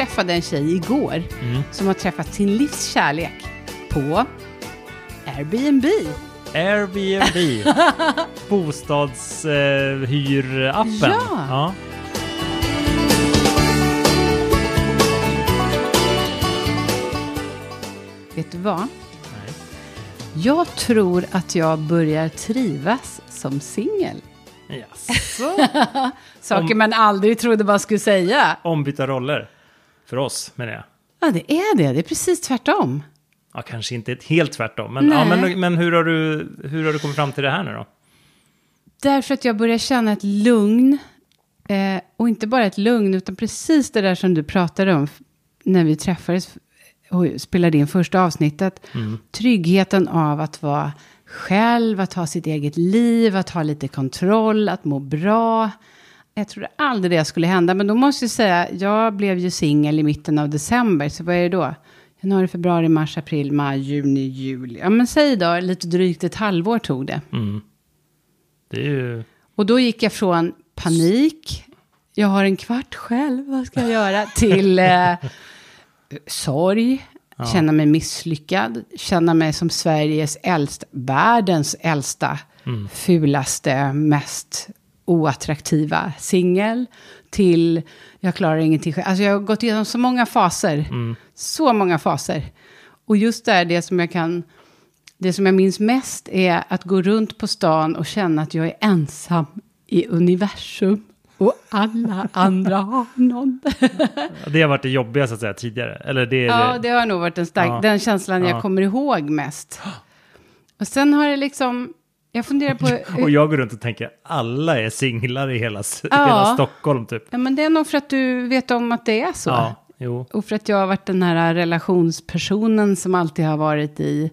träffade en tjej igår som har träffat sin livskärlek på Airbnb. Airbnb. Bostadshyrappen. Ja. Vet du vad? Nej. Jag tror att jag börjar trivas som singel. Jaså? Saker man aldrig trodde man skulle säga. Ombytta roller. För oss, menar jag. Ja, det är det. Det är precis tvärtom. Ja, kanske inte helt tvärtom. Men hur har du kommit fram till det här nu då? Därför att jag börjar känna ett lugn. Och inte bara ett lugn, utan precis det där som du pratade om när vi träffades och spelade in första avsnittet. Tryggheten av att vara själv, att ha sitt eget liv, att ha lite kontroll, att må bra. Jag trodde aldrig det skulle hända, men då måste jag säga, jag blev ju singel i mitten av december, så vad är det då? Januari, februari, mars, april, maj, juni, juli. Ja, men säg då, lite drygt ett halvår tog det. Det är ju... Och då gick jag från panik, jag har en kvart själv, vad ska jag göra? Till sorg, känna mig misslyckad, känna mig som världens äldsta, fulaste, mest oattraktiva singel, till jag klarar ingenting själv. Alltså jag har gått igenom så många faser. Så många faser. Och just där, det som jag minns mest är att gå runt på stan och känna att jag är ensam i universum. Och alla andra har någon. Det har varit det jobbiga så att säga tidigare. Eller det har nog varit den känslan jag kommer ihåg mest. Och sen har det liksom... Jag funderar på... Och jag går runt och tänker, alla är singlar i hela Stockholm typ. Ja, men det är nog för att du vet om att det är så. Ja, jo. Och för att jag har varit den här relationspersonen som alltid har varit i...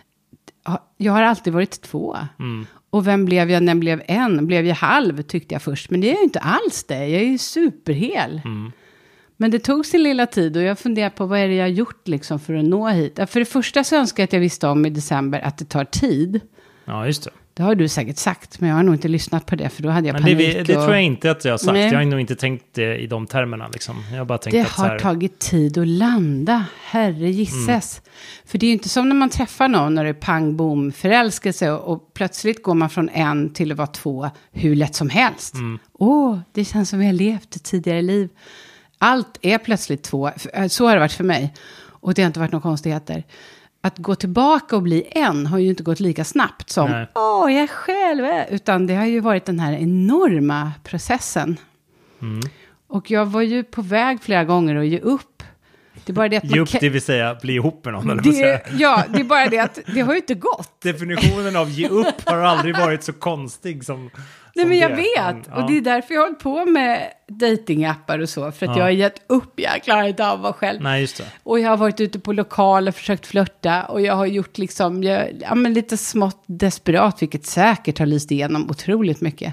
Jag har alltid varit 2. Och vem blev jag när jag blev 1? Blev jag halv tyckte jag först. Men det är ju inte alls det. Jag är ju superhel. Men det tog sin lilla tid och jag funderar på vad är det jag har gjort liksom för att nå hit. För det första så önskar jag att jag visste om i december att det tar tid. Ja, just det. Det har du säkert sagt, men jag har nog inte lyssnat på det, för då hade jag panik. Det tror jag inte att jag har sagt. Nej. Jag har nog inte tänkt det i de termerna. Liksom. Jag har bara tänkt det att har tagit tid att landa, herre gisses. För det är ju inte som när man träffar någon när det är pang, boom, förälskelse och plötsligt går man från 1 till att vara 2 hur lätt som helst. Det känns som jag har levt ett tidigare liv. Allt är plötsligt 2. Så har det varit för mig. Och det har inte varit några konstigheter. Att gå tillbaka och bli 1 har ju inte gått lika snabbt som jag själv är. Utan det har ju varit den här enorma processen. Och jag var ju på väg flera gånger att ge upp. Det är bara det att ge upp, det vill säga bli ihop med någon. Ja, det är bara det att det har ju inte gått. Definitionen av ge upp har aldrig varit så konstig som... Nej, men jag vet. Och det är därför jag har hållit på med datingappar och så. För att jag har gett upp. Jag klarar inte av att vara själv. Nej, just det. Och jag har varit ute på lokal och försökt flirta. Och jag har gjort liksom, lite smått desperat. Vilket säkert har lyst igenom otroligt mycket.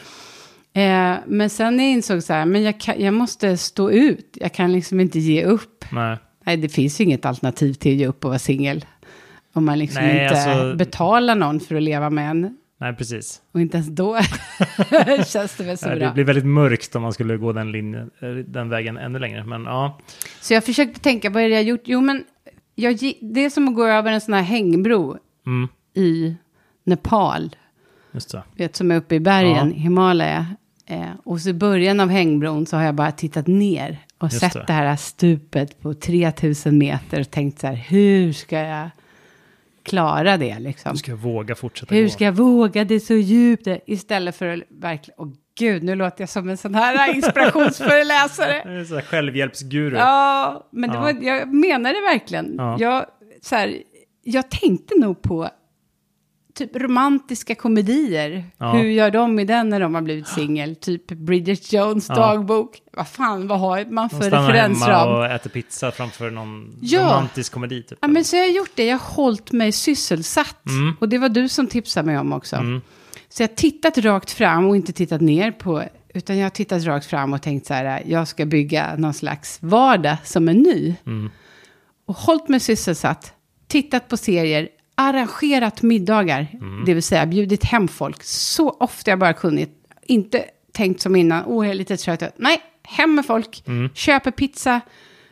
Men sen jag insåg så här. Men jag måste stå ut. Jag kan liksom inte ge upp. Nej, det finns ju inget alternativ till att ge upp och vara singel. Om man liksom inte betalar någon för att leva med en. Nej, precis. Och inte ens då känns det väl så bra. Det blir väldigt mörkt om man skulle gå den vägen ännu längre. Men, ja. Så jag försökte tänka, vad är det jag gjort? Jo, men det är som att gå över en sån här hängbro i Nepal. Just det. Vet, som är uppe i bergen, Himalaya. Och så i början av hängbron så har jag bara tittat ner och sett det här stupet på 3000 meter och tänkt så här, hur ska jag klara det liksom? Hur ska jag våga fortsätta Hur ska jag våga? Det är så djupt. Istället för att verkligen... Gud, nu låter jag som en sån här inspirationsföreläsare. Det är så här självhjälpsguru. Ja, men jag menar det verkligen. Ja. Jag tänkte nog på typ romantiska komedier. Ja. Hur gör de i den när de har blivit singel? Typ Bridget Jones dagbok. Vad har man för referensram? Stanna hemma och äter pizza framför någon romantisk komedi. Typ. Ja, men så jag har gjort det. Jag har hållit mig sysselsatt. Och det var du som tipsade mig om också. Så jag har tittat rakt fram och inte tittat ner på... Utan jag har tittat rakt fram och tänkt så här... Jag ska bygga någon slags vardag som är ny. Och hållit mig sysselsatt. Tittat på serier. Arrangerat middagar. Det vill säga bjudit hem folk. Så ofta jag bara kunnat. Inte tänkt som innan. Jag är lite trött. Nej, hem med folk. Köper pizza.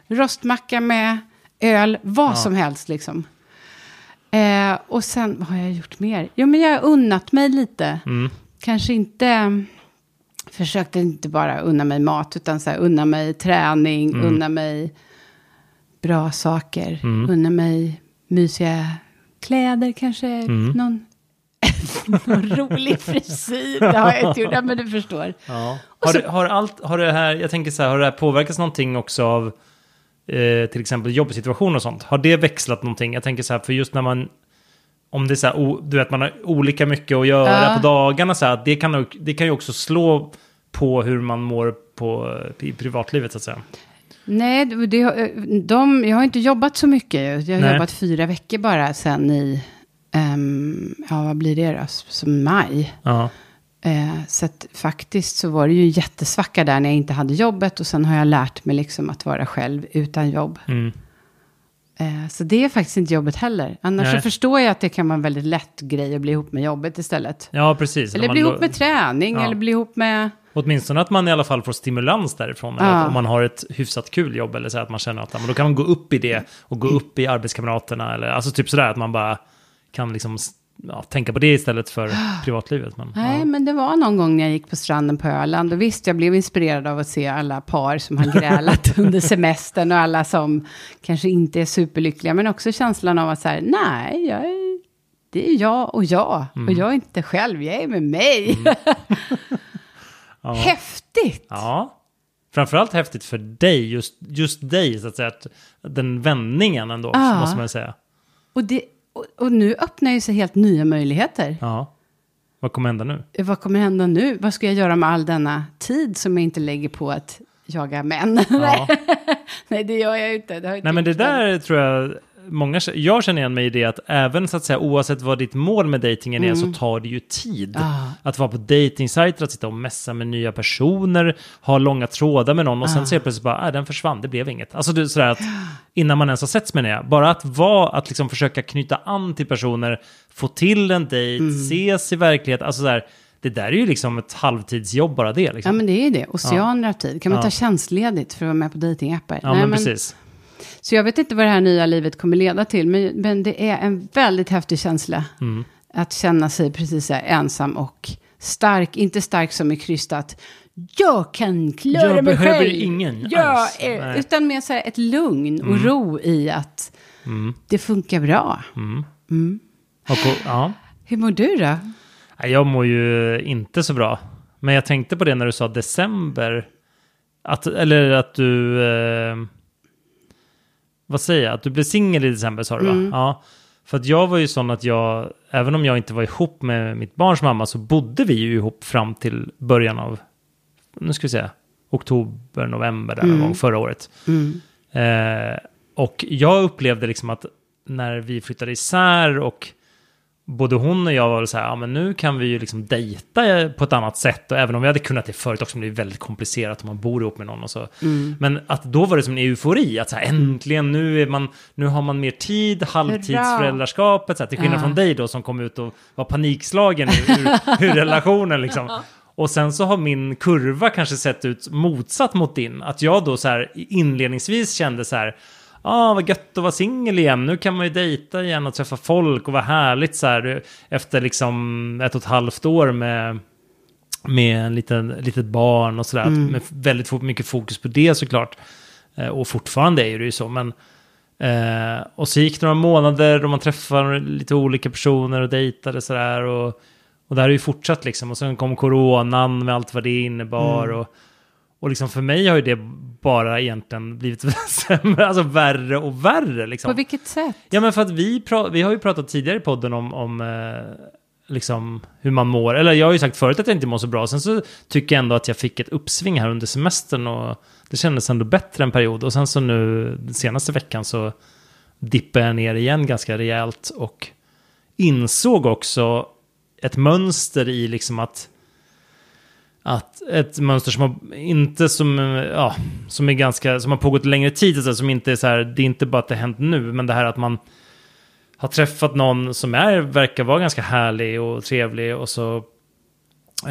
rostmacka med öl, vad som helst liksom. Och sen, vad har jag gjort mer? Jo, men jag har unnat mig lite. Kanske inte, försökte inte bara unna mig mat, utan så här, unna mig träning, unna mig bra saker, unna mig mysiga kläder, kanske någon rolig frisyr. Det har jag inte gjort, men du förstår. Ja. Har det här, jag tänker så här, har det här påverkats någonting också av till exempel jobbsituation och sånt? Har det växlat någonting? Jag tänker så här, för just när man, om det är så här, du vet, man har olika mycket att göra på dagarna, så här, det kan ju också slå på hur man mår i privatlivet, så att säga. Nej, jag har inte jobbat så mycket. Jag har jobbat 4 veckor bara sen i, vad blir det då? Som maj. Ja. Så att faktiskt så var det ju jättesvacka där när jag inte hade jobbet. Och sen har jag lärt mig liksom att vara själv utan jobb. Så det är faktiskt inte jobbet heller. Annars så förstår jag att det kan vara en väldigt lätt grej att bli ihop med jobbet istället. Ja, precis. Eller bli ihop med träning, eller bli ihop med... Åtminstone att man i alla fall får stimulans därifrån. Eller om man har ett hyfsat kul jobb, eller så att man känner att men då kan man gå upp i det och gå upp i arbetskamraterna. Eller, alltså typ sådär att man bara kan liksom... tänka på det istället för privatlivet. Men det var någon gång när jag gick på stranden på Öland. Och visst, jag blev inspirerad av att se alla par som har grälat under semestern. Och alla som kanske inte är superlyckliga. Men också känslan av att så här, nej, det är jag och jag. Och jag är inte själv, jag är med mig. Häftigt! Ja, framförallt häftigt för dig. Just dig, så att säga. Att den vändningen ändå, måste man säga. Och nu öppnar ju sig helt nya möjligheter. Ja. Vad kommer hända nu? Vad ska jag göra med all denna tid som jag inte lägger på att jaga män? Ja. Nej, det gör jag inte. Nej, men det där tror jag jag känner igen mig i det, att även så att säga, oavsett vad ditt mål med dejtingen är, så tar det ju tid att vara på dejtingsajter, att sitta och mässa med nya personer, ha långa trådar med någon och sen ser plötsligt bara, den försvann, det blev inget. Alltså sådär att innan man ens har setts med det, bara att liksom försöka knyta an till personer, få till en dejt, ses i verklighet, alltså sådär. Det där är ju liksom ett halvtidsjobb bara det. Liksom. Ja, men det är ju det. Oceaner av tid. Kan man ta tjänstledigt för att vara med på dejtingappar? Ja, men precis. Så jag vet inte vad det här nya livet kommer leda till. Men det är en väldigt häftig känsla. Att känna sig precis så här ensam och stark. Inte stark som är krystat. Jag kan klara mig själv. Jag behöver ingen alls. Utan med så här ett lugn och ro i att det funkar bra. Hur mår du då? Jag mår ju inte så bra. Men jag tänkte på det när du sa december. Att du... vad säger jag? Att du blev singel i december, sa du va? Ja. För att jag var ju sån att även om jag inte var ihop med mitt barns mamma, så bodde vi ju ihop fram till början av, nu ska vi säga, oktober, november där någon gång förra året. Och jag upplevde liksom att när vi flyttade isär och både hon och jag var så här, men nu kan vi ju liksom dejta på ett annat sätt. Och även om vi hade kunnat det förut också, men det är väldigt komplicerat om man bor ihop med någon och så. Men att då var det som en eufori, att så här, äntligen nu har man mer tid, halvtidsföräldraskapet, så här, till skillnad från dig då som kom ut och var panikslagen ur relationen liksom. Och sen så har min kurva kanske sett ut motsatt mot din. Att jag då så här inledningsvis kände så här, vad gött att vara singel igen. Nu kan man ju dejta igen och träffa folk och vara härligt så här efter liksom 1,5 år med en litet barn och sådär. Med väldigt mycket fokus på det såklart. Och fortfarande är det ju så. Men, och så gick det några månader och man träffade lite olika personer och dejtade sådär. Och det här är ju fortsatt liksom. Och sen kom coronan med allt vad det innebar och liksom för mig har ju det bara egentligen blivit alltså värre och värre. Liksom. På vilket sätt? Ja, men för att vi har ju pratat tidigare i podden om liksom hur man mår. Eller jag har ju sagt förut att jag inte mår så bra. Sen så tycker jag ändå att jag fick ett uppsving här under semestern. Och det kändes ändå bättre en period. Och sen så nu, den senaste veckan så dippade jag ner igen ganska rejält. Och insåg också ett mönster i liksom att ett mönster som har pågått längre tid, alltså, som inte är så här, det är inte bara att det har hänt nu, men det här att man har träffat någon som verkar vara ganska härlig och trevlig och så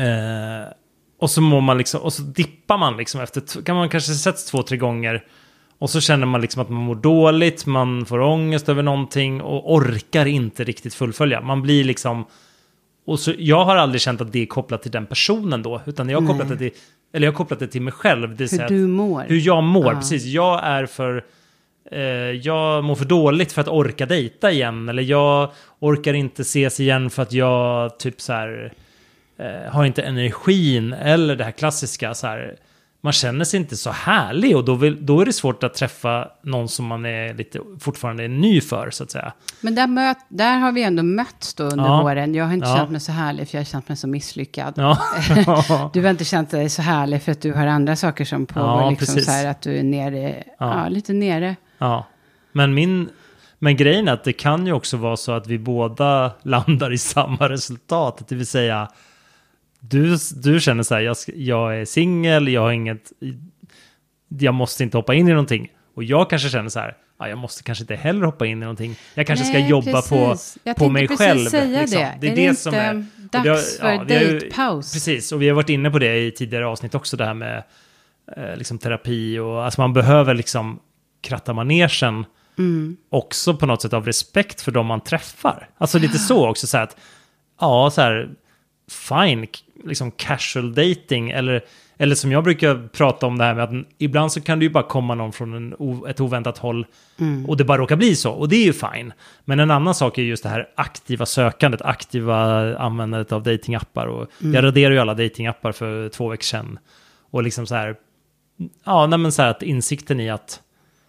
mår man liksom, och så dippar man liksom efter, kan man kanske setts 2-3 gånger Och så känner man liksom att man mår dåligt, man får ångest över någonting och orkar inte riktigt fullfölja. Man blir liksom... Och så, jag har aldrig känt att det är kopplat till den personen då, utan jag har kopplat det till, eller jag har kopplat det till mig själv. Det hur du mår. Hur jag mår, precis. Jag är för... jag mår för dåligt för att orka dejta igen. Eller jag orkar inte ses igen för att jag typ så här... har inte energin. Eller det här klassiska så här... Man känner sig inte så härlig och då är det svårt att träffa någon som man är lite fortfarande är ny för, så att säga. Men där har vi ändå mötts då under åren. Jag har inte känt mig så härlig för jag har känt mig så misslyckad. Ja. Du har inte känt dig så härlig för att du har andra saker som pågår. Liksom så här att du är nere, lite nere. Ja, men grejen är att det kan ju också vara så att vi båda landar i samma resultat. Det vill säga... Du känner så här, jag är singel, jag måste inte hoppa in i någonting. Och jag kanske känner så här, jag måste kanske inte heller hoppa in i någonting. Jag kanske ska jobba på mig själv. Säga liksom. Det är det som är dags för dejtpaus. Precis, och vi har varit inne på det i tidigare avsnitt också, det här med liksom terapi. Och, alltså man behöver liksom kratta manegen också på något sätt av respekt för de man träffar. Alltså lite så också, så här att så här... fine, liksom casual dating eller som jag brukar prata om det här med att ibland så kan det ju bara komma någon från ett oväntat håll och det bara råkar bli så, och det är ju fine. Men en annan sak är just det här aktiva sökandet, aktiva användandet av datingappar, och jag raderade ju alla datingappar för 2 veckor sedan, och liksom så här så här att insikten i att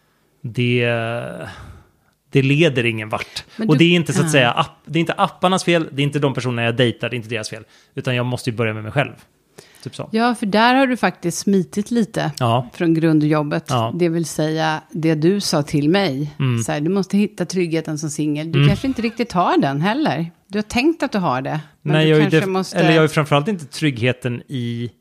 det leder ingen vart. Och det är inte så att säga, det är inte apparnas fel, det är inte de personer jag dejtar, det är inte deras fel. Utan jag måste ju börja med mig själv. Typ så. Ja, för där har du faktiskt smitit lite från grundjobbet. Ja. Det vill säga, det du sa till mig. Så här, du måste hitta tryggheten som singel. Du kanske inte riktigt har den heller. Du har tänkt att du har det. Men nej, du kanske måste... Eller jag har ju framförallt inte tryggheten i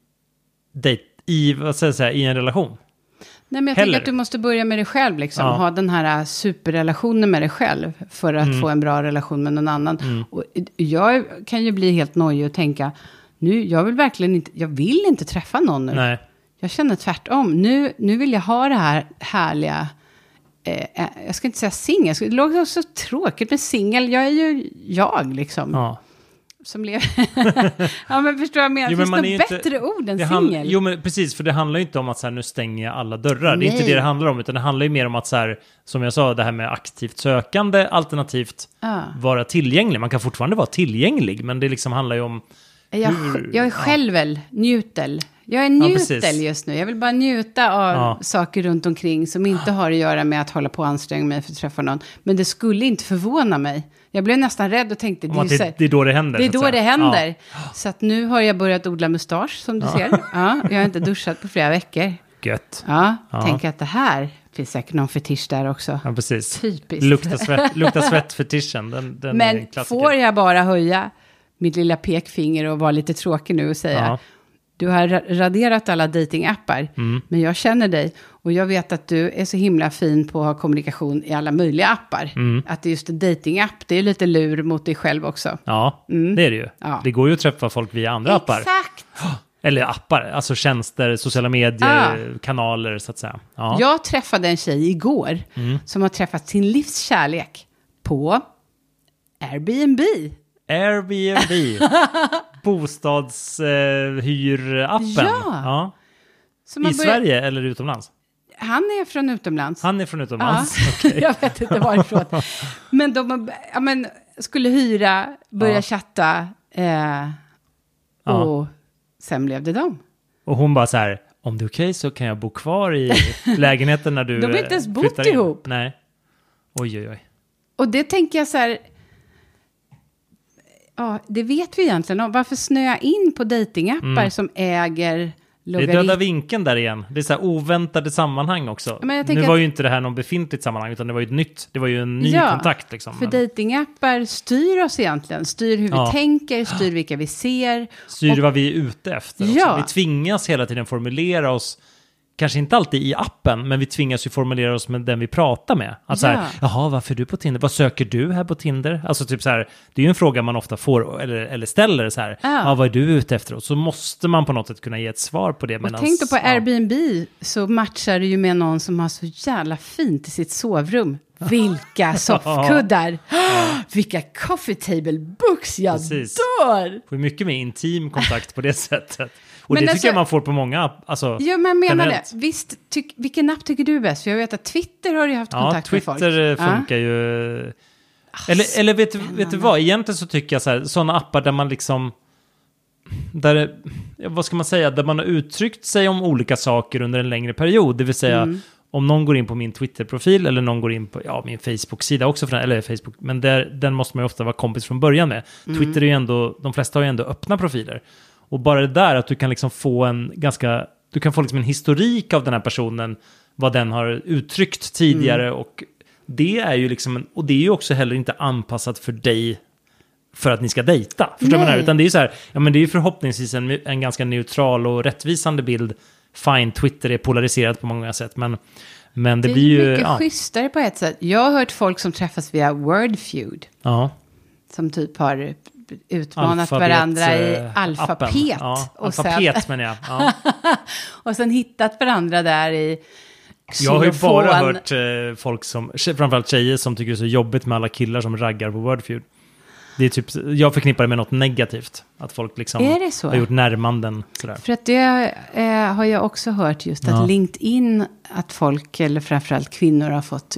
en relation. Nej, men jag tänker att du måste börja med dig själv. Liksom. Ha den här superrelationen med dig själv. För att få en bra relation med någon annan. Och jag kan ju bli helt nojig och tänka... Jag vill inte träffa någon nu. Nej. Jag känner tvärtom. Nu vill jag ha det här härliga... jag ska inte säga singel. Det låter så tråkigt med singel. Jag är ju jag liksom. Ja. Som lever... ja, men förstår jag menar. Finns det något bättre ord än singel? Jo, men precis. För det handlar ju inte om att så här, nu stänger jag alla dörrar. Nej. Det är inte det handlar om. Utan det handlar ju mer om att så här, som jag sa, det här med aktivt sökande, alternativt vara tillgänglig. Man kan fortfarande vara tillgänglig. Men det liksom handlar ju om... Jag är själv njutel. Jag är njutel just nu. Jag vill bara njuta av saker runt omkring som inte har att göra med att hålla på och anstränga mig för att träffa någon. Men det skulle inte förvåna mig. Jag blev nästan rädd och tänkte... Det är då det händer. Det är då det händer. Ja. Så att nu har jag börjat odla mustasch, som du ser. Ja, jag har inte duschat på flera veckor. Gött. Ja, tänk att det här... finns säkert någon fetisch där också. Ja, precis. Typiskt. Lukta svett-fetischen. Den men är en klassiker. Får jag bara höja mitt lilla pekfinger och vara lite tråkig nu och säga... Du har raderat alla datingappar, men jag känner dig och jag vet att du är så himla fin på att ha kommunikation i alla möjliga appar. Att det är just en datingapp, det är lite lur mot dig själv också. Ja, det är det ju. Ja. Det går ju att träffa folk via andra appar. Exakt! Eller appar, alltså tjänster, sociala medier, kanaler så att säga. Ja. Jag träffade en tjej igår som har träffat sin livskärlek på Airbnb. Bostadshyrappen. Ja. I Sverige eller utomlands? Han är från utomlands. Ja. Okay. Jag vet inte varifrån. Men de skulle hyra, börja chatta och sen blev det dem. Och hon bara så här, om det är okej så kan jag bo kvar i lägenheten när du de har inte ens bott ihop. Nej. Oj. Och det tänker jag så här... Ja, det vet vi egentligen om. Varför snöa in på datingappar som äger logarit? Det är döda vinkeln där igen. Det är så här oväntade sammanhang också. Nu var ju inte det här någon befintligt sammanhang utan det var ju ett nytt. Det var ju en ny kontakt liksom. För datingappar styr oss egentligen. Styr hur vi tänker, styr vilka vi ser. Styr vad vi är ute efter. Ja. Vi tvingas hela tiden formulera oss kanske inte alltid i appen, men vi tvingas ju formulera oss med den vi pratar med. Att så här, jaha, varför är du på Tinder? Vad söker du här på Tinder? Alltså typ så här, det är ju en fråga man ofta får eller ställer så här, vad är du ute efter? Och så måste man på något sätt kunna ge ett svar på det. Och tänk då på Airbnb, så matchar du ju med någon som har så jävla fint i sitt sovrum. Vilka soffkuddar! Vilka coffee table books, jag dör! Får mycket mer intim kontakt på det sättet. Och men det tycker jag man får på många, alltså. Ja, men jag menar det. Visst, vilken app tycker du bäst? För jag vet att Twitter har ju haft kontakt med folk. Twitter funkar ju. Eller vet du vad? Egentligen så tycker jag så här, sådana appar där man liksom, där, vad ska man säga, där man har uttryckt sig om olika saker under en längre period. Det vill säga, om någon går in på min Twitter-profil eller någon går in på min Facebook-sida också, eller Facebook, men den måste man ju ofta vara kompis från början med. Twitter är ju ändå, de flesta har ju ändå öppna profiler. Och bara det där att du kan liksom få du kan få liksom en historik av den här personen, vad den har uttryckt tidigare, och det är ju liksom, och det är ju också heller inte anpassat för dig för att ni ska dejta. Förstår man? Utan det är ju så här, ja men det är ju förhoppningsvis en ganska neutral och rättvisande bild. Fine, Twitter är polariserat på många sätt, men det blir ju mycket schysstare på ett sätt. Jag har hört folk som träffas via Wordfeud. Ja. Som typ har utmanat varandra i alfabet. Ja, alfabet menar jag. Ja. Och sen hittat varandra där i xylofon. Jag har ju bara hört folk som, framförallt tjejer, som tycker det är så jobbigt med alla killar som raggar på Wordfeud. Det är typ, jag förknippar det med något negativt. Att folk liksom har gjort närmanden. Sådär. För att det har jag också hört just att LinkedIn, att folk, eller framförallt kvinnor, har fått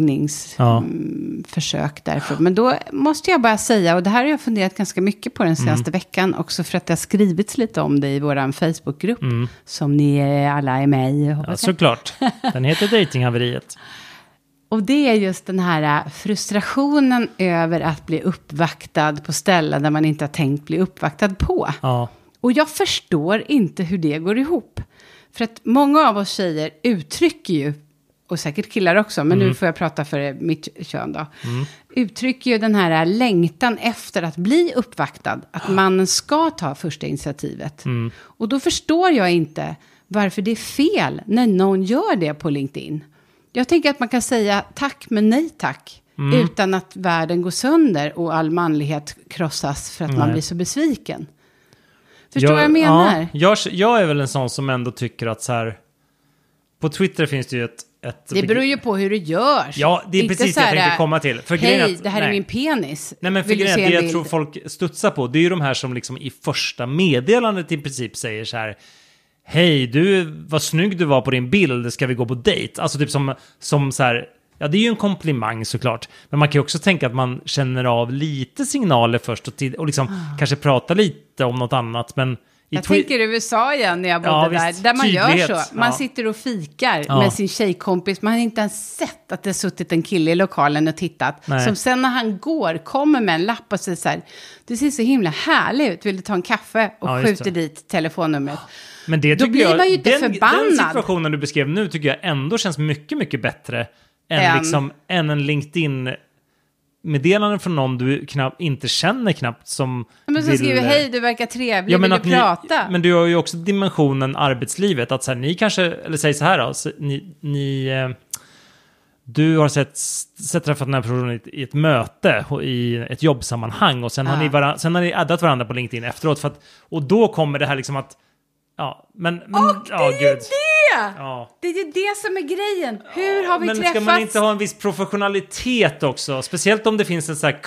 raggningsförsök därför. Men då måste jag bara säga, och det här har jag funderat ganska mycket på den senaste veckan, också för att det har skrivits lite om det i våran Facebookgrupp, som ni alla är med i. Ja, såklart. Den heter Datinghaveriet. Och det är just den här frustrationen över att bli uppvaktad på ställen där man inte har tänkt bli uppvaktad på. Ja. Och jag förstår inte hur det går ihop. För att många av oss tjejer uttrycker ju, och säkert killar också, men nu får jag prata för mitt kön då. Uttrycker ju den här längtan efter att bli uppvaktad. Att mannen ska ta första initiativet. Och då förstår jag inte varför det är fel när någon gör det på LinkedIn. Jag tänker att man kan säga tack men nej tack. Utan att världen går sönder och all manlighet krossas för att man blir så besviken. Förstår vad jag menar? Ja, jag är väl en sån som ändå tycker att så här, på Twitter finns det ju ett det beror ju på hur det görs. Ja, det är inte precis det jag tänkte komma till. För hej, det här är min penis. Nej, men för det jag tror folk studsar på, det är ju de här som liksom i första meddelandet i princip säger så här: hej, du, vad snygg du var på din bild, ska vi gå på dejt? Alltså typ som så här, ja, det är ju en komplimang såklart. Men man kan ju också tänka att man känner av lite signaler först och liksom kanske prata lite om något annat. Men jag tänker USA igen när jag bodde där man tydlighet, gör så. Man sitter och fikar med sin tjejkompis. Man har inte ens sett att det suttit en kille i lokalen och tittat. Nej. Som sen när han går kommer med en lapp och säger så här: du ser så himla härlig ut, vill du ta en kaffe? Och skjuter dit telefonnumret. Men det då blir man ju inte förbannad. Den situationen du beskrev nu tycker jag ändå känns mycket, mycket bättre än en LinkedIn-meddelande från någon du inte känner knappt som men så skriver hej, du verkar trevlig, vill du prata? Men du har ju också dimensionen arbetslivet, att så här, ni kanske, eller säg så här då, du har sett träffat den här personen i ett möte i ett jobbsammanhang, och sen har ni addat varandra på LinkedIn efteråt, för att, och då kommer det här liksom att men det är ju det! Ja. Det är ju det som är grejen. Hur har vi träffats? Men ska man inte ha en viss professionalitet också? Speciellt om det finns en sån här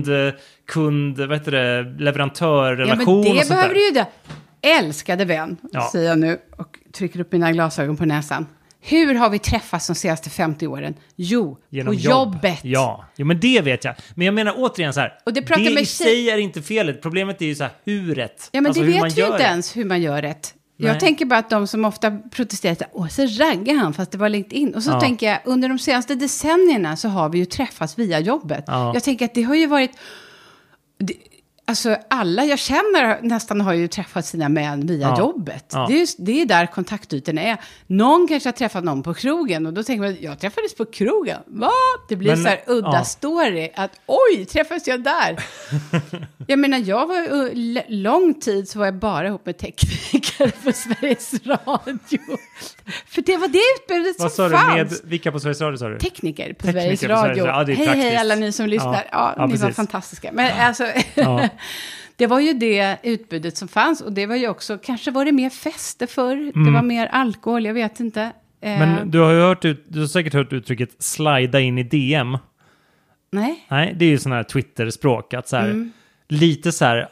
leverantörrelation. Ja, men det behöver du ju det. Älskade vän, säger jag nu och trycker upp mina glasögon på näsan. Hur har vi träffats de senaste 50 åren? Jo, genom på jobbet. Ja, men det vet jag. Men jag menar återigen så här, och det i sig är inte felet. Problemet är ju så här, huret. Ja, men alltså, det vet vi inte ens hur man gör rätt. Nej. Jag tänker bara att de som ofta protesterar, så raggar han fast det var LinkedIn. Och så tänker jag, under de senaste decennierna så har vi ju träffats via jobbet. Ja. Jag tänker att det har ju varit... Alltså alla jag känner nästan har ju träffat sina män via jobbet. Ja. Det är där kontaktytorna är. Någon kanske har träffat någon på krogen och då tänker man, jag träffades på krogen. Va? Det blir så här udda story att oj, träffades jag där? Jag menar, jag var lång tid så var jag bara ihop med tekniker på Sveriges Radio. För det var det utbudet som fanns. Vad sa du med vilka på Sveriges Radio sa du? Tekniker på Sveriges Radio. Ja, hej alla ni som lyssnar. Ja, ni var fantastiska. Men alltså, det var ju det utbudet som fanns. Och det var ju också, kanske var det mer fester förr. Det var mer alkohol, jag vet inte. Men du har säkert hört uttrycket slida in i DM. Nej. Nej, det är ju sån här Twitter-språk. Att så här, lite så här,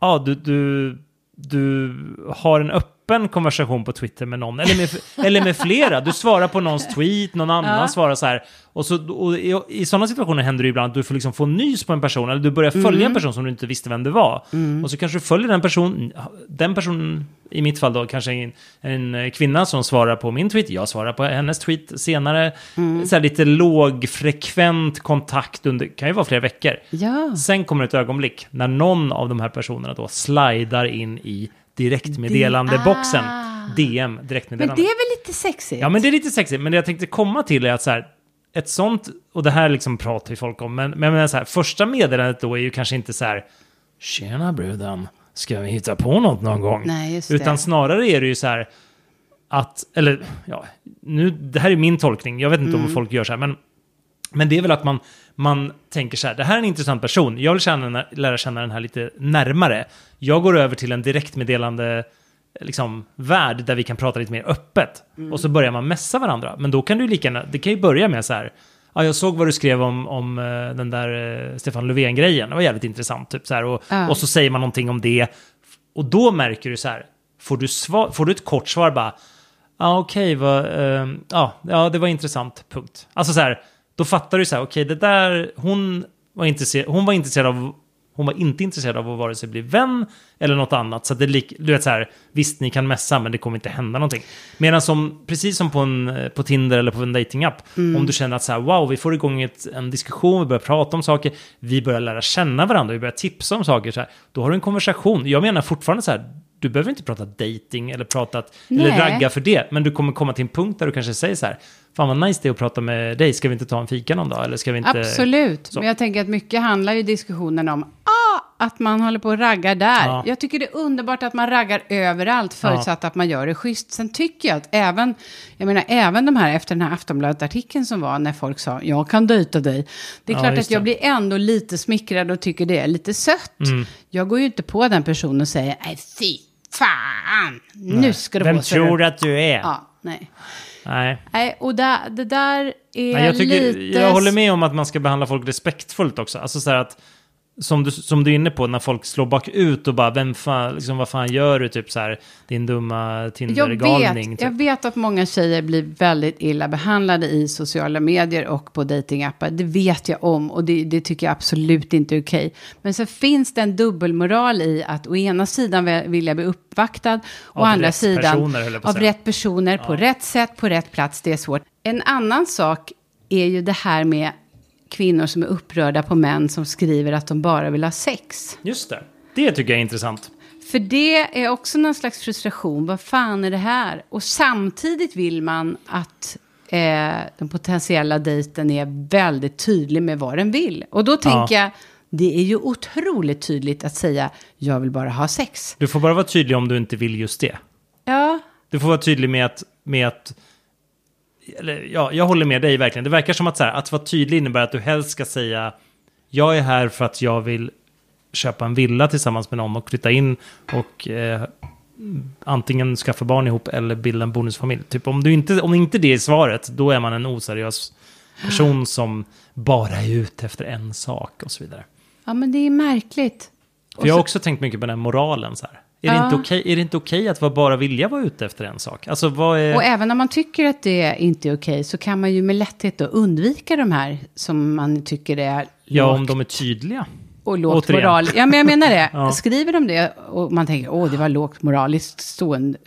du har en öppen konversation på Twitter med någon. Eller med flera. Du svarar på någons tweet, någon annan svarar så här. Och i sådana situationer händer det ibland att du får liksom få nys på en person. Eller du börjar följa en person som du inte visste vem det var. Och så kanske du följer den personen, i mitt fall då, kanske en kvinna som svarar på min tweet. Jag svarar på hennes tweet senare. Så här lite lågfrekvent kontakt kan ju vara flera veckor. Ja. Sen kommer ett ögonblick när någon av de här personerna då slidar in i direktmeddelandeboxen. DM, direktmeddelande. Men det är väl lite sexigt? Ja, men det är lite sexigt. Men det jag tänkte komma till är att så här, ett sånt, och det här liksom pratar ju folk om, men så här, första meddelandet då är ju kanske inte så här, tjena bruden, ska vi hitta på något någon gång? Nej, just det. Utan snarare är det ju så här att, eller ja, nu, det här är min tolkning, jag vet inte om folk gör så här, men det är väl att man tänker så här, det här är en intressant person, jag vill lära känna den här lite närmare. Jag går över till en direktmeddelande liksom värld där vi kan prata lite mer öppet. Och så börjar man messa varandra. Men då kan du lika gärna, det kan ju börja med så här, jag såg vad du skrev om den där Stefan Löfven-grejen. Det var jävligt intressant typ så här, och så säger man någonting om det. Och då märker du så här, får du ett kort svar bara, okej, det var intressant, punkt. Alltså så här, då fattar du så här, okej, det där, hon var inte intresserad av att vare sig bli vän eller något annat. Så att det du vet så här, visst ni kan messa men det kommer inte hända någonting. Medan precis som på Tinder eller på en datingapp, om du känner att så här, wow, vi får igång en diskussion, vi börjar prata om saker, vi börjar lära känna varandra, vi börjar tipsa om saker så här, då har du en konversation. Jag menar fortfarande så här, du behöver inte prata dating eller eller ragga för det, men du kommer komma till en punkt där du kanske säger så här, fan vad nice det är att prata med dig, ska vi inte ta en fika någon dag? Eller ska vi inte... Absolut, men jag tänker att mycket handlar ju diskussionen om att man håller på att ragga där. Ja. Jag tycker det är underbart att man raggar överallt förutsatt att man gör det schysst. Sen tycker jag att även de här efter den här Aftonbladet-artikeln som var när folk sa, jag kan dejta dig. Det är klart att jag blir ändå lite smickrad och tycker det är lite sött. Jag går ju inte på den personen och säger, nej fy fan, nu ska du vem tror du att du är? Ja, nej. Nej, och det där är jag håller med om att man ska behandla folk respektfullt också. Alltså så här att som du är inne på, när folk slår bakut och bara, vad fan gör du, typ så här, din dumma Tinder-galning. Jag vet att många tjejer blir väldigt illa behandlade i sociala medier och på datingappar. Det vet jag om och det tycker jag absolut inte är okej. Men så finns det en dubbelmoral i att å ena sidan vill jag bli uppvaktad och å andra sidan av rätt personer på rätt sätt, på rätt plats. Det är svårt. En annan sak är ju det här med kvinnor som är upprörda på män som skriver att de bara vill ha sex. Just det. Det tycker jag är intressant. För det är också någon slags frustration. Vad fan är det här? Och samtidigt vill man att den potentiella dejten är väldigt tydlig med vad den vill. Och då tänker jag, det är ju otroligt tydligt att säga, jag vill bara ha sex. Du får bara vara tydlig om du inte vill just det. Ja. Du får vara tydlig med att jag håller med dig verkligen. Det verkar som att att vara tydlig innebär att du helst ska säga, jag är här för att jag vill köpa en villa tillsammans med någon och flytta in och antingen skaffa barn ihop eller bilda en bonusfamilj. Typ om inte det är svaret, då är man en oseriös person som bara är ute efter en sak och så vidare. Ja, men det är märkligt. För jag har också tänkt mycket på den moralen så här. Är det inte okej att bara vilja vara ute efter en sak? Alltså, Och även om man tycker att det inte är okej så kan man ju med lätthet då undvika de här som man tycker är lågt. Om de är tydliga. Och lågt moral. Ja, men jag menar det. Skriver de det och man tänker, det var lågt moraliskt stånd.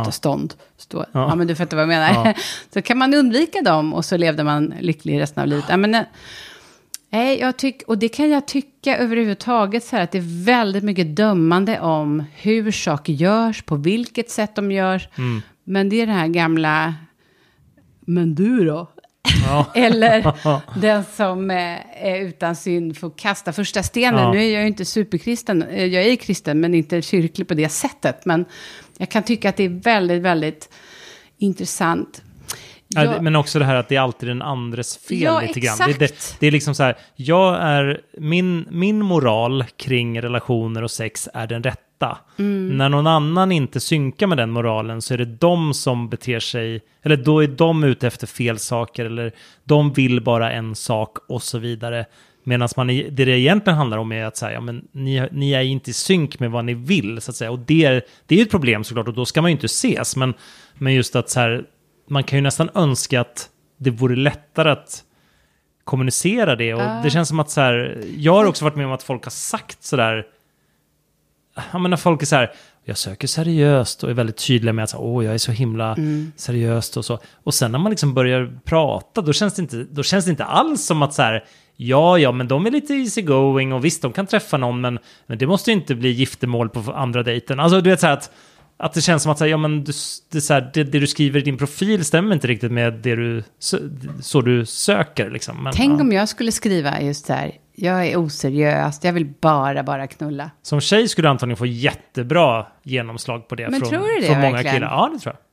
Ja, men du fattar vad jag menar. Så kan man undvika dem och så levde man lycklig resten av livet. Ja, men Nej, och det kan jag tycka överhuvudtaget så här, att det är väldigt mycket dömande om hur saker görs, på vilket sätt de görs. Men det är det här gamla, men du då? Ja. Eller den som är utan synd får kasta första stenen. Ja. Nu är jag ju inte superkristen, jag är kristen men inte kyrklig på det sättet. Men jag kan tycka att det är väldigt, väldigt intressant. Ja, men också det här att det är alltid den andres fel lite grann. Det är liksom så här, min moral kring relationer och sex är den rätta. När någon annan inte synkar med den moralen så är det de som beter sig, eller då är de ute efter fel saker, eller de vill bara en sak och så vidare. Medan det egentligen handlar om är att säga, ja, men ni är inte i synk med vad ni vill, så att säga. Och det är ju ett problem såklart, och då ska man ju inte ses. Men just att så här, man kan ju nästan önska att det vore lättare att kommunicera det. Och det känns som att så här, jag har också varit med om att folk har sagt så där. Jag menar, folk är så här, jag söker seriöst och är väldigt tydliga med att jag är så himla seriöst och så. Och sen när man liksom börjar prata, då känns det inte alls som att så här, ja, men de är lite easy going och visst, de kan träffa någon, men det måste inte bli giftermål på andra dejten. Alltså du vet så här att det känns som att säga, ja, men det du skriver i din profil stämmer inte riktigt med det du söker liksom. Men, tänk om jag skulle skriva just så här, jag är oseriös, jag vill bara knulla. Som tjej skulle du antagligen få jättebra genomslag på det. Men tror du det från många verkligen? Killar. Ja, det tror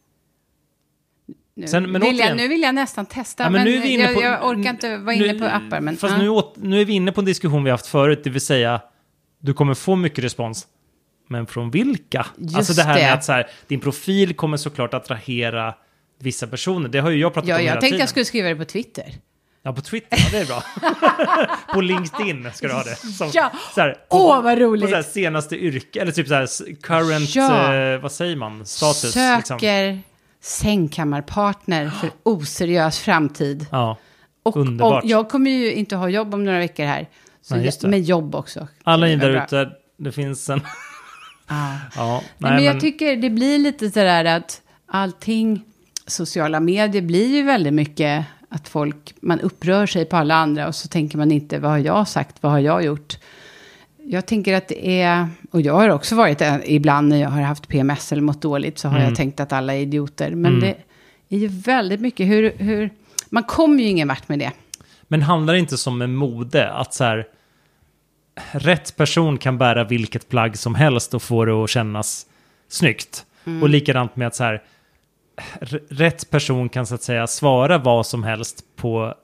jag. Nu vill jag nästan testa, ja, men jag orkar inte vara inne på appar. Men, fast nu är vi inne på en diskussion vi haft förut, det vill säga, du kommer få mycket respons. Men från vilka? Just alltså det här med att så här, din profil kommer såklart attrahera vissa personer. Det har ju jag pratat om hela tiden. Jag tänkte jag skulle skriva det på Twitter. Ja, på Twitter, ja, det är bra. På LinkedIn ska du ha det. Som, ja, så här, vad roligt. På så här senaste yrke, eller typ så här current, vad säger man? Status. Söker liksom. Sängkammarpartner för oseriös framtid. Ja, underbart. Och jag kommer ju inte ha jobb om några veckor här. Så med jobb också. Alla in där ute, det finns en... men jag tycker det blir lite sådär att allting, sociala medier blir ju väldigt mycket att man upprör sig på alla andra och så tänker man inte, vad har jag sagt, vad har jag gjort? Jag tänker att det är, och jag har också varit ibland när jag har haft PMS eller mått dåligt så har jag tänkt att alla är idioter. Men det är ju väldigt mycket hur man kommer ju ingen vart med det. Men handlar det inte som med mode att så här, rätt person kan bära vilket plagg som helst och få det att kännas snyggt. Och likadant med att så här, rätt person kan så att säga svara vad som helst på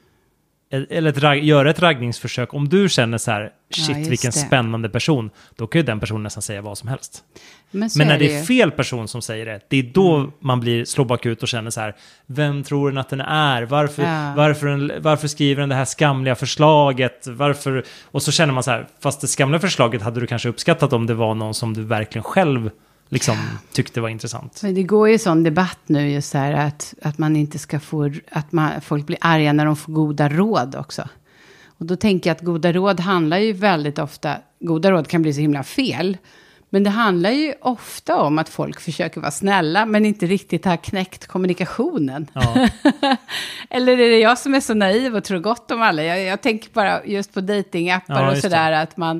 eller göra ett raggningsförsök. Om du känner så här, shit vilken spännande person, då kan ju den personen nästan säga vad som helst. Men när det är fel person som säger det är då man slår bakut och känner så här, vem tror den att den är? Varför skriver den det här skamliga förslaget? Varför? Och så känner man så här, fast det skamliga förslaget hade du kanske uppskattat om det var någon som du verkligen själv liksom tyckte var intressant. Men det går ju sån debatt nu just så här att man inte ska få, folk blir arga när de får goda råd också. Och då tänker jag att goda råd handlar ju väldigt ofta, goda råd kan bli så himla fel. Men det handlar ju ofta om att folk försöker vara snälla men inte riktigt har knäckt kommunikationen. Ja. Eller är det jag som är så naiv och tror gott om alla? Jag tänker bara just på datingappar och sådär att man...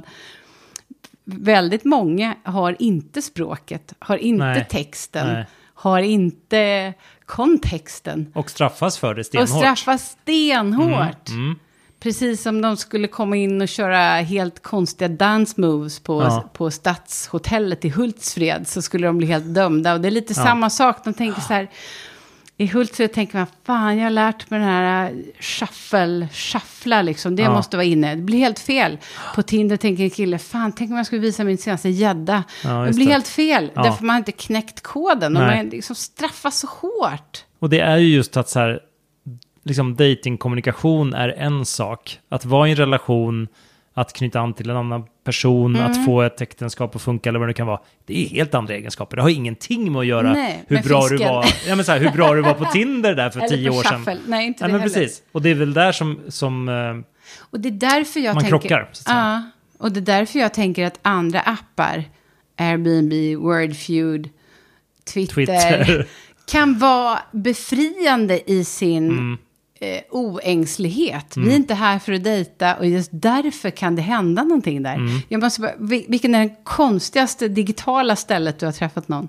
Väldigt många har inte språket, har inte texten, har inte kontexten. Och straffas för det stenhårt. Precis som de skulle komma in och köra helt konstiga dance moves på Stadshotellet i Hultsfred, så skulle de bli helt dömda. Och det är lite samma sak, de tänker så här... I Hultsfred tänker man, fan jag har lärt mig den här shuffla liksom, det måste vara inne. Det blir helt fel. På Tinder tänker en kille, fan tänk om jag skulle visa min senaste gädda. Det blir helt fel, därför man har inte knäckt koden. Och man liksom straffas så hårt. Och det är ju just att så här, liksom datingkommunikation är en sak. Att vara i en relation, att knyta an till en annan person, att få ett äktenskap att funka eller vad det kan vara. Det är helt andra egenskaper. Det har ingenting med att göra hur bra du var. Ja, men så här, hur bra du var på Tinder där för 10 år sedan. Nej, inte det men heller. Precis. Och det är väl där som och det är därför jag man krockar. Ja, och det är därför jag tänker att andra appar, Airbnb, Wordfeud, Twitter. kan vara befriande i sin oängslighet. Vi är inte här för att dejta och just därför kan det hända någonting där. Jag måste bara, vilken är den konstigaste digitala stället du har träffat någon?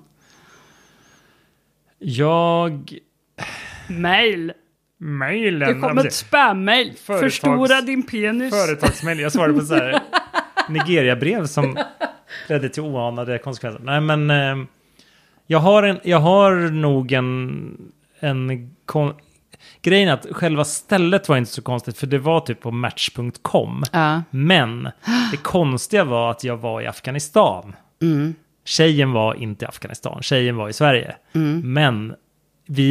Mailen. Det kom ett spam-mail. Förstora din penis. Företagsmail. Jag svarade på så här Nigeria-brev som ledde till oanade konsekvenser. Nej, men jag har nog grejen att själva stället var inte så konstigt, för det var typ på match.com. Men det konstiga var att jag var i Afghanistan. Tjejen var inte i Afghanistan. Tjejen var i Sverige. Men vi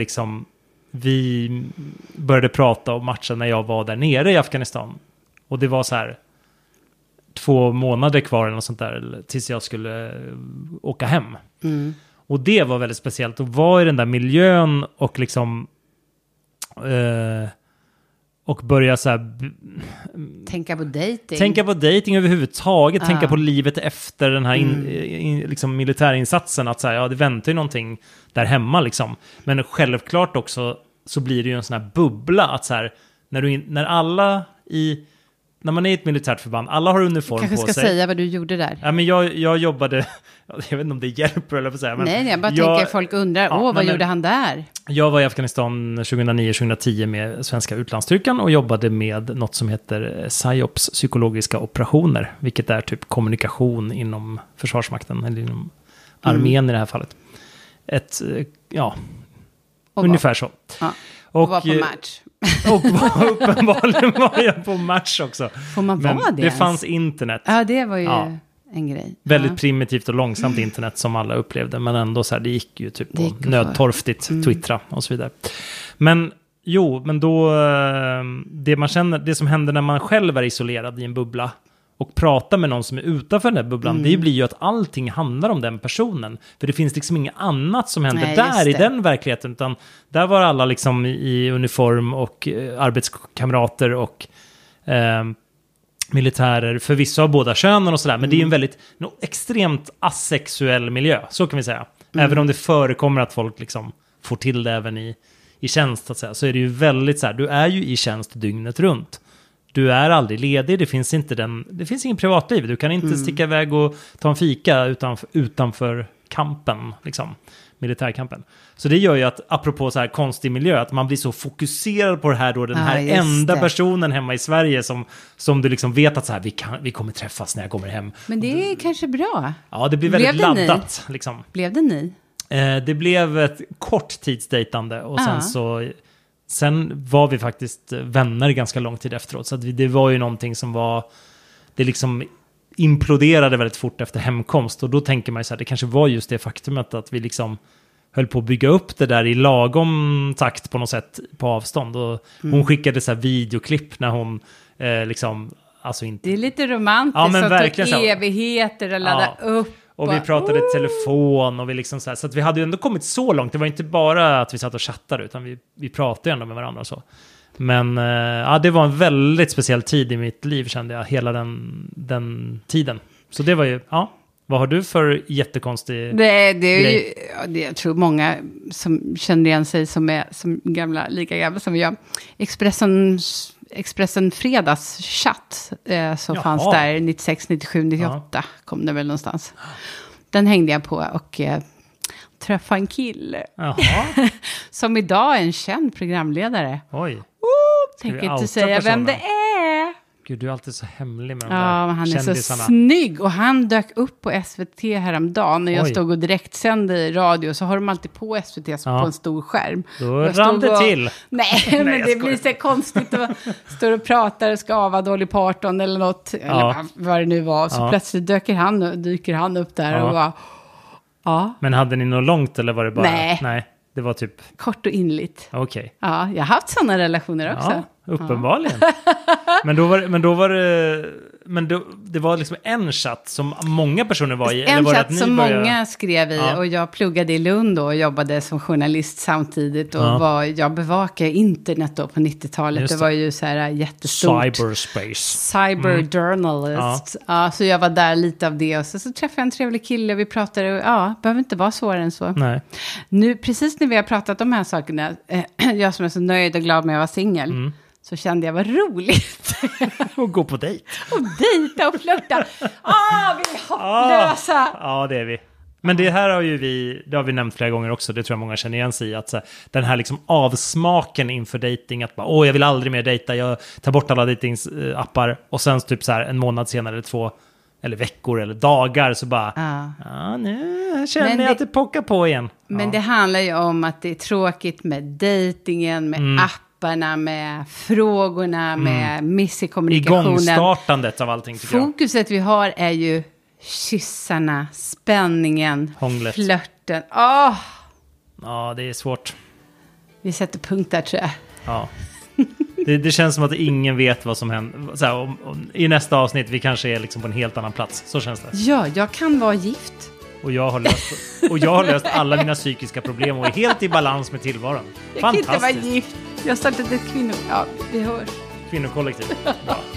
började prata om matchen när jag var där nere i Afghanistan. Och det var så här 2 månader kvar eller något sånt där tills jag skulle åka hem. Och det var väldigt speciellt att vara i den där miljön och liksom och börja så här tänka på dating överhuvudtaget, tänka på livet efter den här liksom militärinsatsen, att så här, det väntar ju någonting där hemma liksom. Men självklart också så blir det ju en sån här bubbla att så här, när man är i ett militärt förband, alla har uniform på sig. Kanske ska säga vad du gjorde där. Ja, men jag jobbade, jag vet inte om det hjälper eller vad säga. Men nej, jag bara tänker folk undrar, vad gjorde han där? Jag var i Afghanistan 2009-2010 med svenska utlandsstyrkan och jobbade med något som heter PSYOPs, psykologiska operationer, vilket är typ kommunikation inom försvarsmakten eller inom armén i det här fallet. Ungefär så. Ja. Och var på match. Och uppenbarligen var jag på match också. Får man vara det? Det fanns internet. Ja, det var ju en grej. Väldigt primitivt och långsamt internet som alla upplevde. Men ändå så här, det gick ju typ på nödtorftigt twittra och så vidare. Men då det som händer när man själv är isolerad i en bubbla och pratar med någon som är utanför den där bubblan, det blir ju att allting handlar om den personen. För det finns liksom inget annat som händer i den verkligheten, utan där var alla liksom i uniform och arbetskamrater och militärer, förvisso av båda könen och sådär, men det är ju en väldigt extremt asexuell miljö, så kan vi säga. Även om det förekommer att folk liksom får till det även i tjänst, så att säga, så är det ju väldigt så här, du är ju i tjänst dygnet runt. Du är aldrig ledig, det finns ingen privatliv. Du kan inte sticka iväg och ta en fika utanför kampen, liksom, militärkampen. Så det gör ju att, apropå så här konstig miljö, att man blir så fokuserad på det här då, den här enda personen hemma i Sverige som du liksom vet att så här, vi kommer träffas när jag kommer hem. Men det är kanske bra. Ja, det blir väldigt laddat. Liksom. Blev det ni? Det blev ett kort tidsdejtande och sen var vi faktiskt vänner ganska lång tid efteråt. Så att det var ju någonting som det liksom imploderade väldigt fort efter hemkomst. Och då tänker man ju så här, det kanske var just det faktumet att vi liksom höll på att bygga upp det där i lagom takt på något sätt på avstånd. Och hon skickade så här videoklipp när hon liksom, alltså inte... Det är lite romantiskt, men verkligen så evigheter att ladda upp. Och vi pratade i telefon och vi liksom så här, så att vi hade ju ändå kommit så långt. Det var inte bara att vi satt och chattade, utan vi pratade ändå med varandra och så. Men det var en väldigt speciell tid i mitt liv, kände jag, hela den tiden. Så det var ju, vad har du för jättekonstig grej? Jag tror många som känner igen sig som är lika gamla som jag. Expressen fredagschatt som fanns där 96, 97, 98 kom det väl någonstans. Den hängde jag på och träffade en kille som idag är en känd programledare. Oj. Tänker inte säga vem det är. Gud, du är alltid så hemlig med de där han är kändisarna. Så snygg. Och han dök upp på SVT häromdagen när jag stod och direktsände i radio. Så har de alltid på SVT på en stor skärm. Då rann det till. Nej, men det blir så konstigt att stå och prata och skava Dolly Parton eller något. Eller vad det nu var. Så plötsligt dyker han upp där och bara... Men hade ni något långt eller var det bara... Nej. Det var typ... Kort och inligt. Okej. Ja, jag har haft sådana relationer också. Ja, uppenbarligen. Men då var det... men det var liksom en chatt som många personer var i. En eller var chatt det som många skrev i och jag pluggade i Lund och jobbade som journalist samtidigt och jag bevakade internet då på 90-talet. Det var ju så här jättestort. Cyberjournalist. Ja, så jag var där lite av det och så träffade jag en trevlig kille och vi pratade och behöver inte vara svårare än så. Nej. Nu, precis när vi har pratat om de här sakerna, jag som är så nöjd och glad med att vara singel, så kände jag vad roligt. Och gå på dejt. Och dejta och flirta. Vi är hopplösa. Ja, det är vi. Men det här det har vi nämnt flera gånger också, det tror jag många känner igen sig i, att så här, den här liksom avsmaken inför dating, att bara, jag vill aldrig mer dejta, jag tar bort alla datingappar och sen typ så här en månad senare eller 2 eller veckor eller dagar så bara, nu känner jag att det pockar på igen. Men det handlar ju om att det är tråkigt med dejtingen, med apparna, med frågorna, med miss i kommunikationen. Igångstartandet av allting tycker jag. Fokuset vi har är ju kyssarna, spänningen, hånglet, flörten. Ja, det är svårt. Vi sätter punkt där tror jag. Ja. Det känns som att ingen vet vad som händer. Så här, i nästa avsnitt vi kanske är liksom på en helt annan plats. Så känns det. Ja, jag kan vara gift. Och jag har löst alla mina psykiska problem och är helt i balans med tillvaron. Jag kan inte vara gift. Jag har startat ett vi hörs. Kvinnokollektiv. Bra.